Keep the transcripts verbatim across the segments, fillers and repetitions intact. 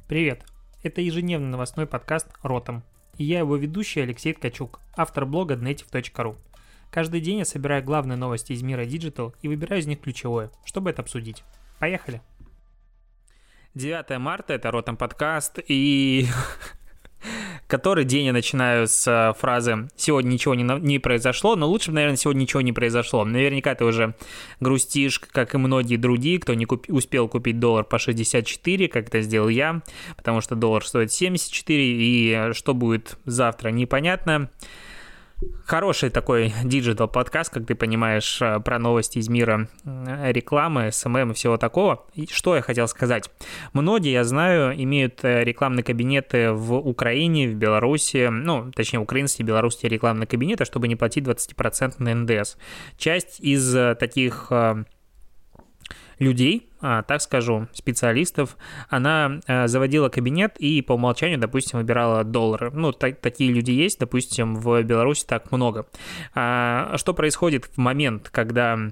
Привет! Это ежедневный новостной подкаст «Ротом». И я его ведущий Алексей Ткачук, автор блога днейтив точка ру. Каждый день я собираю главные новости из мира Digital и выбираю из них ключевое, чтобы это обсудить. Поехали! девятое марта, это «Ротом» подкаст, и... Который день я начинаю с фразы «сегодня ничего не, не произошло», но лучше бы, наверное, сегодня ничего не произошло. Наверняка ты уже грустишь, как и многие другие, кто не куп... успел купить доллар по шестьдесят четыре, как это сделал я, потому что доллар стоит семьдесят четыре, и что будет завтра, непонятно. Хороший такой диджитал подкаст, как ты понимаешь, про новости из мира рекламы, эс эм эм и всего такого. И что я хотел сказать? Многие, я знаю, имеют рекламные кабинеты в Украине, в Беларуси, ну, точнее, украинские и белорусские рекламные кабинеты, чтобы не платить двадцать процентов эн дэ эс. Часть из таких людей, а, так скажу, специалистов, она а, заводила кабинет и по умолчанию, допустим, выбирала доллары. Ну, та- такие люди есть, допустим, в Беларуси так много. А, что происходит в момент, когда...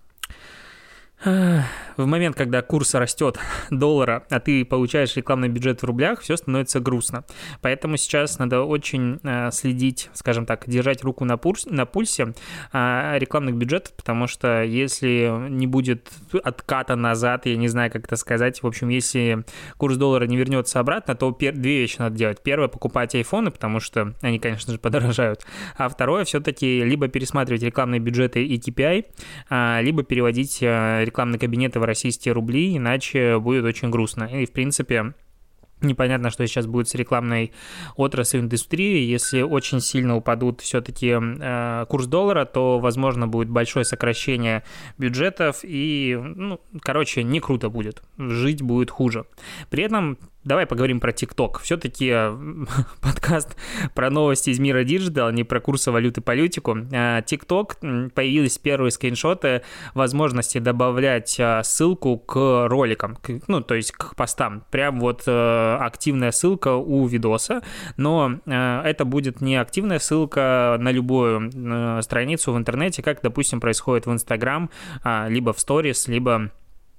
В момент, когда курс растет доллара, а ты получаешь рекламный бюджет в рублях, все становится грустно. Поэтому сейчас надо очень э, следить, скажем так, держать руку на, пульс, на пульсе э, рекламных бюджетов, потому что если не будет отката назад, я не знаю, как это сказать, в общем, если курс доллара не вернется обратно, то пер- две вещи надо делать. Первое, покупать айфоны, потому что они, конечно же, подорожают. А второе, все-таки либо пересматривать рекламные бюджеты и кей пи ай, э, либо переводить э, рекламные кабинеты в российские рубли, иначе будет очень грустно. И, в принципе, непонятно, что сейчас будет с рекламной отраслью индустрии. Если очень сильно упадут все-таки э, курс доллара, то, возможно, будет большое сокращение бюджетов и, ну, короче, не круто будет. Жить будет хуже. При этом давай поговорим про ТикТок. Все-таки подкаст про новости из мира диджитал, не про курсы валюты, политику. ТикТок, появились первые скриншоты возможности добавлять ссылку к роликам, ну, то есть к постам. Прям вот активная ссылка у видоса, но это будет не активная ссылка на любую страницу в интернете, как, допустим, происходит в Инстаграм, либо в Сторис, либо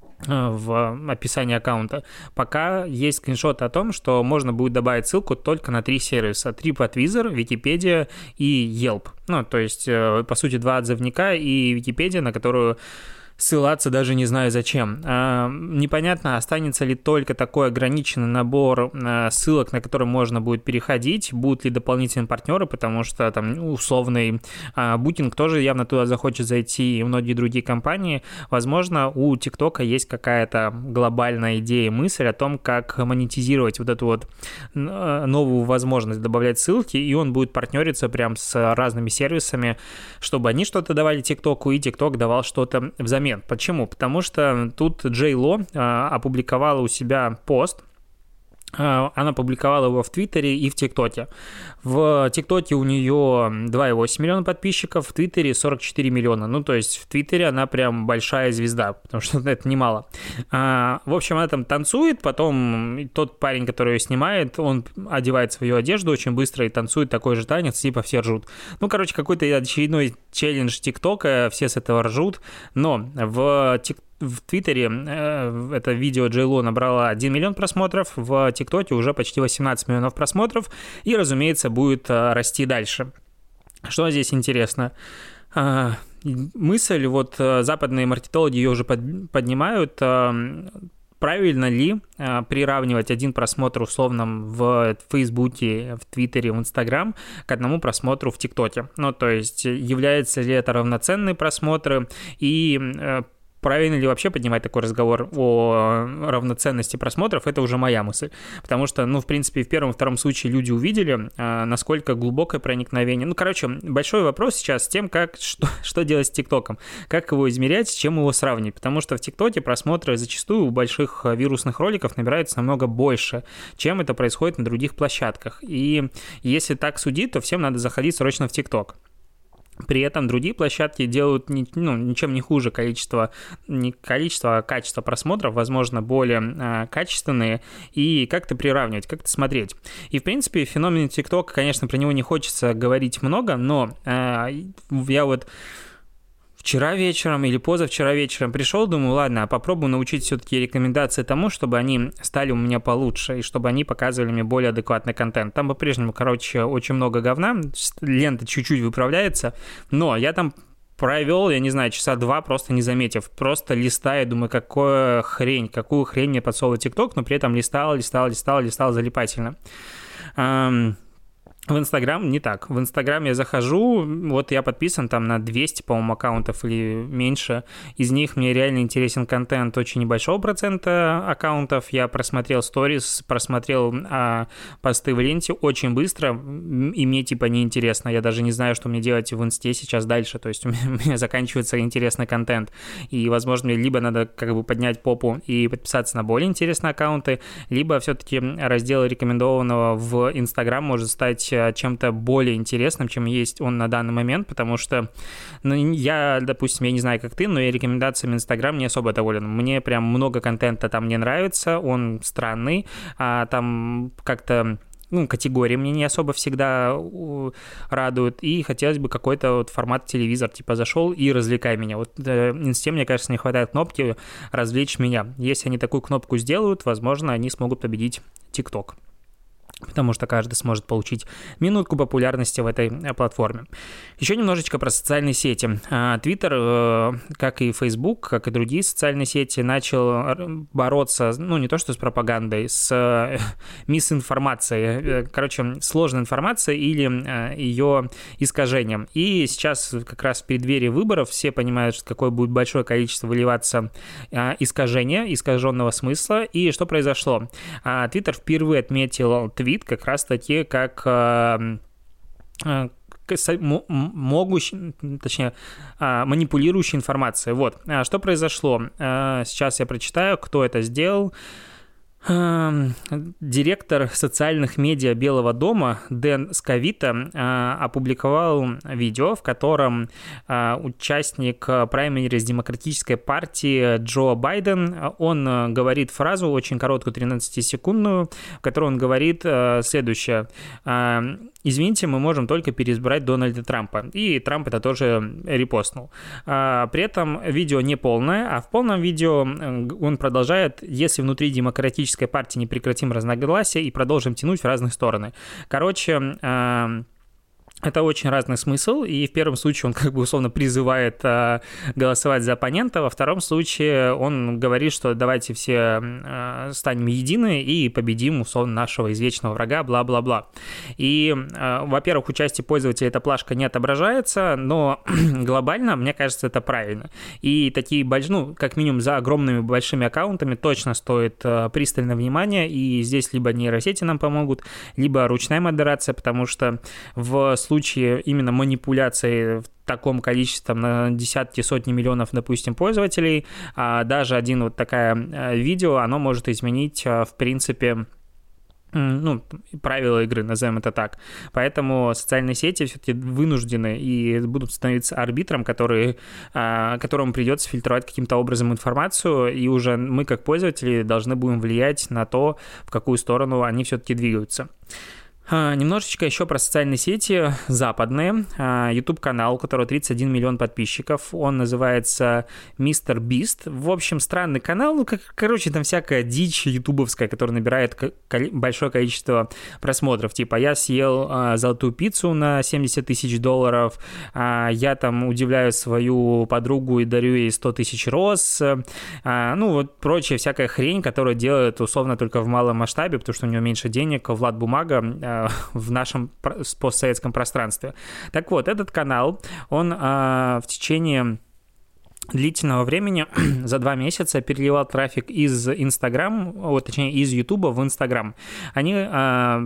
в описании аккаунта. Пока есть скриншот о том, что можно будет добавить ссылку только на три сервиса: TripAdvisor, Википедия и Yelp. Ну, то есть, по сути, два отзывника и Википедия, на которую ссылаться даже не знаю зачем. Непонятно, останется ли только такой ограниченный набор ссылок, на которые можно будет переходить, будут ли дополнительные партнеры, потому что там условный Booking тоже явно туда захочет зайти, и многие другие компании. Возможно, у ТикТока есть какая-то глобальная идея, мысль о том, как монетизировать вот эту вот новую возможность добавлять ссылки, и он будет партнериться прям с разными сервисами, чтобы они что-то давали ТикТоку, и ТикТок давал что-то взамен. Почему? Потому что тут Джей Ло а, опубликовала у себя пост. А, она публиковала его в Твиттере и в ТикТоке. В ТикТоке у нее два целых восемь миллиона подписчиков, в Твиттере сорок четыре миллиона. Ну, то есть в Твиттере она прям большая звезда, потому что это немало. А, в общем, она там танцует, потом тот парень, который ее снимает, он одевает свою одежду очень быстро и танцует такой же танец, типа все ржут. Ну, короче, какой-то очередной челлендж ТикТока, все с этого ржут, но в ТикТоке в Твиттере э, это видео Джей Ло набрало один миллион просмотров, в ТикТоке уже почти восемнадцать миллионов просмотров, и, разумеется, будет э, расти дальше. Что здесь интересно? Э, мысль, вот э, западные маркетологи ее уже под, поднимают, э, правильно ли э, приравнивать один просмотр условно в Фейсбуке, в Твиттере, в Инстаграм к одному просмотру в ТикТоке? Ну, то есть, являются ли это равноценные просмотры, и э, правильно ли вообще поднимать такой разговор о равноценности просмотров, это уже моя мысль. Потому что, ну, в принципе, в первом и втором случае люди увидели, а, насколько глубокое проникновение. Ну, короче, большой вопрос сейчас с тем, как, что, что делать с ТикТоком, как его измерять, с чем его сравнивать. Потому что в ТикТоке просмотры зачастую у больших вирусных роликов набираются намного больше, чем это происходит на других площадках. И если так судить, то всем надо заходить срочно в ТикТок. При этом другие площадки делают ни, ну, ничем не хуже количество, не количество, а качество просмотров, возможно, более э, качественные, и как-то приравнивать, как-то смотреть. И, в принципе, феномен ТикТока, конечно, про него не хочется говорить много, но э, я вот вчера вечером или позавчера вечером пришел, думаю, ладно, попробую научить все-таки рекомендации тому, чтобы они стали у меня получше, и чтобы они показывали мне более адекватный контент. Там по-прежнему, короче, очень много говна, лента чуть-чуть выправляется, но я там провел, я не знаю, часа два, просто не заметив, просто листая, думаю, какая хрень, какую хрень мне подсовывает ТикТок, но при этом листал, листал, листал, листал залипательно. В Инстаграм не так. В Инстаграм я захожу, вот я подписан там на двести, по-моему, аккаунтов или меньше. Из них мне реально интересен контент очень небольшого процента аккаунтов. Я просмотрел сторис, просмотрел а, посты в ленте очень быстро, и мне типа неинтересно. Я даже не знаю, что мне делать в Инсте сейчас дальше. То есть у меня, у меня заканчивается интересный контент. И, возможно, мне либо надо как бы поднять попу и подписаться на более интересные аккаунты, либо все-таки раздел рекомендованного в Инстаграм может стать чем-то более интересным, чем есть он на данный момент, потому что, ну, я, допустим, я не знаю, как ты, но я рекомендациями Инстаграм не особо доволен. Мне прям много контента там не нравится, он странный, а там как-то... Ну, категории мне не особо всегда радуют, и хотелось бы какой-то вот формат телевизор, типа зашел и развлекай меня. Вот э, Инсте, мне кажется, не хватает кнопки «развлечь меня». Если они такую кнопку сделают, возможно, они смогут победить ТикТок, потому что каждый сможет получить минутку популярности в этой платформе. Еще немножечко про социальные сети. Твиттер, как и Facebook, как и другие социальные сети, начал бороться, ну, не то что с пропагандой, с мисинформацией, короче, сложной информацией или ее искажением. И сейчас как раз в преддверии выборов все понимают, что какое будет большое количество выливаться искажения, искаженного смысла. И что произошло? Твиттер впервые отметил твит, как раз-таки как э, э, могущий, точнее, э, манипулирующий информацией. Вот. А что произошло? Э, сейчас я прочитаю, кто это сделал. Директор социальных медиа Белого дома Дэн Сковито э, опубликовал видео, в котором э, участник праймериз Демократической партии Джо Байден, он э, говорит фразу очень короткую, тринадцатисекундную, в которой он говорит э, следующее. Э, «Извините, мы можем только переизбрать Дональда Трампа». И Трамп это тоже репостнул. Э, при этом видео не полное, а в полном видео он продолжает: «Если внутри демократической партии не прекратим разногласия и продолжим тянуть в разные стороны». Короче, э, это очень разный смысл, и в первом случае он как бы условно призывает э, голосовать за оппонента, во втором случае он говорит, что давайте все э, станем едины и победим условно нашего извечного врага, бла-бла-бла. И, э, во-первых, у части пользователей эта плашка не отображается, но глобально, мне кажется, это правильно. И такие, ну, как минимум за огромными большими аккаунтами точно стоит э, пристальное внимание, и здесь либо нейросети нам помогут, либо ручная модерация, потому что в В случае именно манипуляции в таком количестве, там, на десятки, сотни миллионов, допустим, пользователей, а даже один вот такое видео, оно может изменить, в принципе, ну, правила игры, назовем это так. Поэтому социальные сети все-таки вынуждены и будут становиться арбитром, который, которому придется фильтровать каким-то образом информацию, и уже мы, как пользователи, должны будем влиять на то, в какую сторону они все-таки двигаются. Немножечко еще про социальные сети западные. YouTube-канал, у которого тридцать один миллион подписчиков. Он называется мистер Бист. В общем, странный канал. Ну, как, короче, там всякая дичь ютубовская, которая набирает большое количество просмотров. Типа, я съел а, золотую пиццу на семьдесят тысяч долларов. А, я там удивляю свою подругу и дарю ей сто тысяч роз. А, ну, вот прочая всякая хрень, которая делает условно только в малом масштабе, потому что у него меньше денег. Влад Бумага в нашем постсоветском пространстве. Так вот, этот канал, он а, в течение длительного времени, за два месяца, переливал трафик из Инстаграм, вот, точнее, из Ютуба в Инстаграм. Они... А,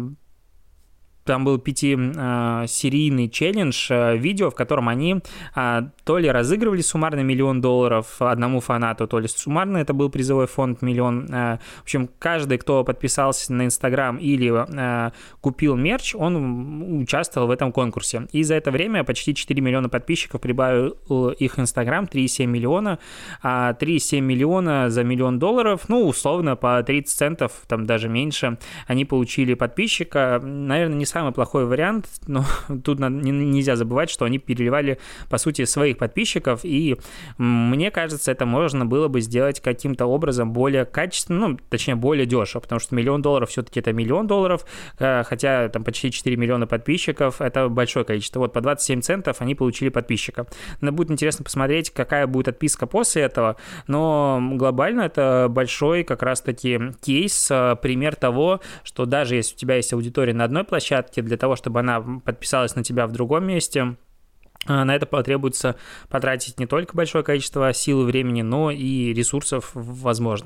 Там был пятисерийный челлендж, видео, в котором они а, то ли разыгрывали суммарно миллион долларов одному фанату, то ли суммарно это был призовой фонд миллион. А, в общем, каждый, кто подписался на Инстаграм или а, купил мерч, он участвовал в этом конкурсе. И за это время почти четыре миллиона подписчиков прибавил их Инстаграм, три и семь миллиона. А три и семь миллиона за миллион долларов, ну, условно, по тридцать центов, там даже меньше, они получили подписчика. Наверное, не самый плохой вариант, но тут нельзя забывать, что они переливали, по сути, своих своих подписчиков, и мне кажется, это можно было бы сделать каким-то образом более качественно, ну, точнее, более дешево, потому что миллион долларов все-таки это миллион долларов, хотя там почти четыре миллиона подписчиков, это большое количество. Вот по двадцать семь центов они получили подписчика. Но будет интересно посмотреть, какая будет отписка после этого, но глобально это большой как раз-таки кейс, пример того, что даже если у тебя есть аудитория на одной площадке, для того, чтобы она подписалась на тебя в другом месте, на это потребуется потратить не только большое количество сил и времени, но и ресурсов, возможно.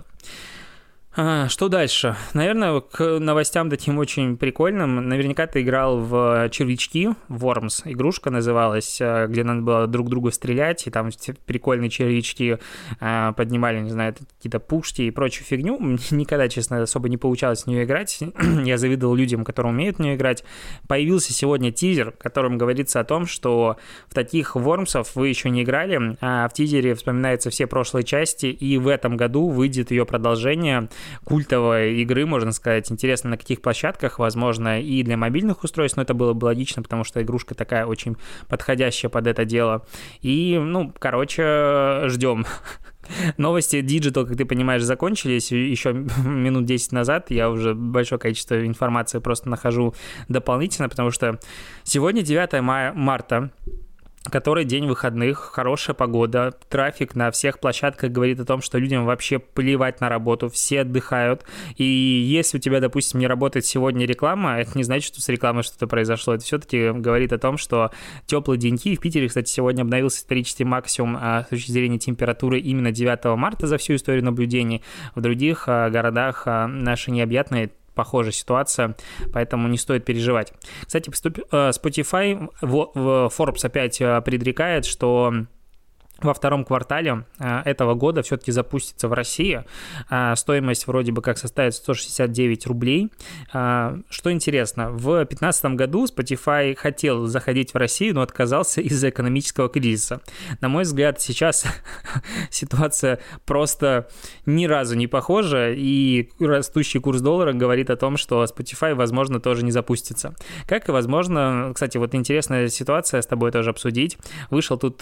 Что дальше? Наверное, к новостям таким очень прикольным. Наверняка ты играл в червячки, Worms, игрушка называлась, где надо было друг друга стрелять, и там прикольные червячки поднимали, не знаю, какие-то пушки и прочую фигню. Никогда, честно, особо не получалось в нее играть. Я завидовал людям, которые умеют в нее играть. Появился сегодня тизер, в котором говорится о том, что в таких Worms'ов вы еще не играли, а в тизере вспоминаются все прошлые части, и в этом году выйдет ее продолжение культовой игры, можно сказать. Интересно, на каких площадках, возможно, и для мобильных устройств, но это было бы логично, потому что игрушка такая очень подходящая под это дело. И, ну, короче, ждем. Новости Digital, как ты понимаешь, закончились еще минут десять назад. Я уже большое количество информации просто нахожу дополнительно, потому что сегодня девятое марта, который день выходных, хорошая погода, трафик на всех площадках говорит о том, что людям вообще плевать на работу, все отдыхают, и если у тебя, допустим, не работает сегодня реклама, это не значит, что с рекламой что-то произошло, это все-таки говорит о том, что теплые деньки. В Питере, кстати, сегодня обновился исторический максимум а, с точки зрения температуры именно девятого марта за всю историю наблюдений, в других а, городах а, наши необъятные похожая ситуация, поэтому не стоит переживать. Кстати, Spotify, Forbes опять предрекает, что во втором квартале этого года все-таки запустится в России. Стоимость вроде бы как составит сто шестьдесят девять рублей. Что интересно, в две тысячи пятнадцатом году Spotify хотел заходить в Россию, но отказался из-за экономического кризиса. На мой взгляд, сейчас ситуация просто ни разу не похожа, и растущий курс доллара говорит о том, что Spotify, возможно, тоже не запустится. Как и, возможно, кстати, вот интересная ситуация с тобой тоже обсудить. Вышел тут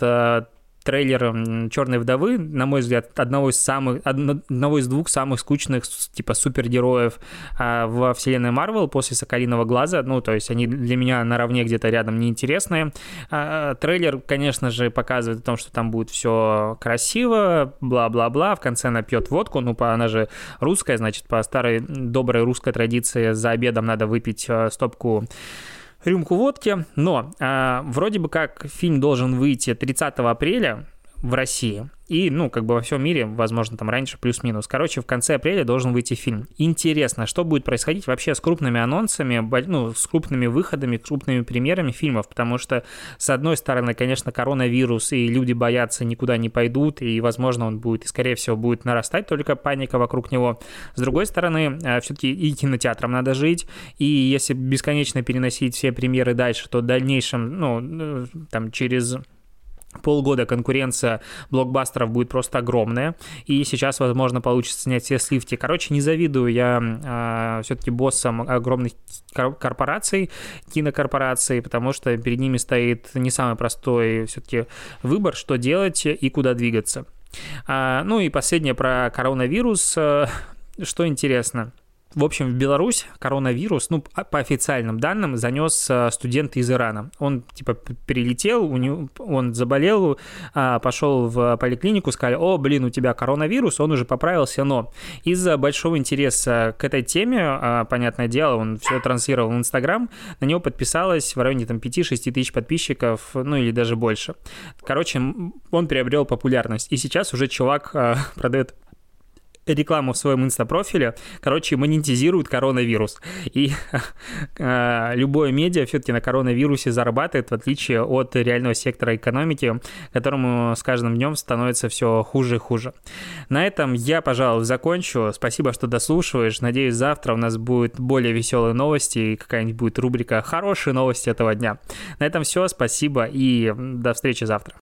трейлер «Черной вдовы», на мой взгляд, одного из самых, одного из двух самых скучных типа супергероев а, во вселенной Марвел после «Соколиного глаза». Ну, то есть они для меня наравне где-то рядом неинтересные. А, трейлер, конечно же, показывает о том, что там будет все красиво, бла-бла-бла. В конце она пьет водку, ну, по, она же русская, значит, по старой доброй русской традиции за обедом надо выпить стопку рюмку водки, но а, вроде бы как фильм должен выйти тридцатого апреля в России, и, ну, как бы во всем мире, возможно, там раньше, плюс-минус. Короче, в конце апреля должен выйти фильм. Интересно, что будет происходить вообще с крупными анонсами, ну, с крупными выходами, крупными премьерами фильмов, потому что, с одной стороны, конечно, коронавирус, и люди боятся, никуда не пойдут, и, возможно, он будет, и, скорее всего, будет нарастать только паника вокруг него. С другой стороны, все-таки и кинотеатрам надо жить, и если бесконечно переносить все премьеры дальше, то в дальнейшем, ну, там, через полгода конкуренция блокбастеров будет просто огромная, и сейчас, возможно, получится снять все сливки. Короче, не завидую я э, все-таки боссам огромных корпораций, кинокорпораций, потому что перед ними стоит не самый простой все-таки выбор, что делать и куда двигаться. А, ну и последнее про коронавирус. Что интересно. В общем, в Беларусь коронавирус, ну, по официальным данным, занес студент из Ирана. Он, типа, прилетел, у него, он заболел, пошел в поликлинику, сказали: о, блин, у тебя коронавирус, он уже поправился, но из-за большого интереса к этой теме, понятное дело, он все транслировал в Инстаграм, на него подписалось в районе там пять-шесть тысяч подписчиков, ну, или даже больше. Короче, он приобрел популярность, и сейчас уже чувак продает рекламу в своем инстапрофиле, короче, монетизирует коронавирус. И э, любое медиа все-таки на коронавирусе зарабатывает, в отличие от реального сектора экономики, которому с каждым днем становится все хуже и хуже. На этом я, пожалуй, закончу. Спасибо, что дослушиваешь. Надеюсь, завтра у нас будут более веселые новости и какая-нибудь будет рубрика «Хорошие новости этого дня». На этом все. Спасибо и до встречи завтра.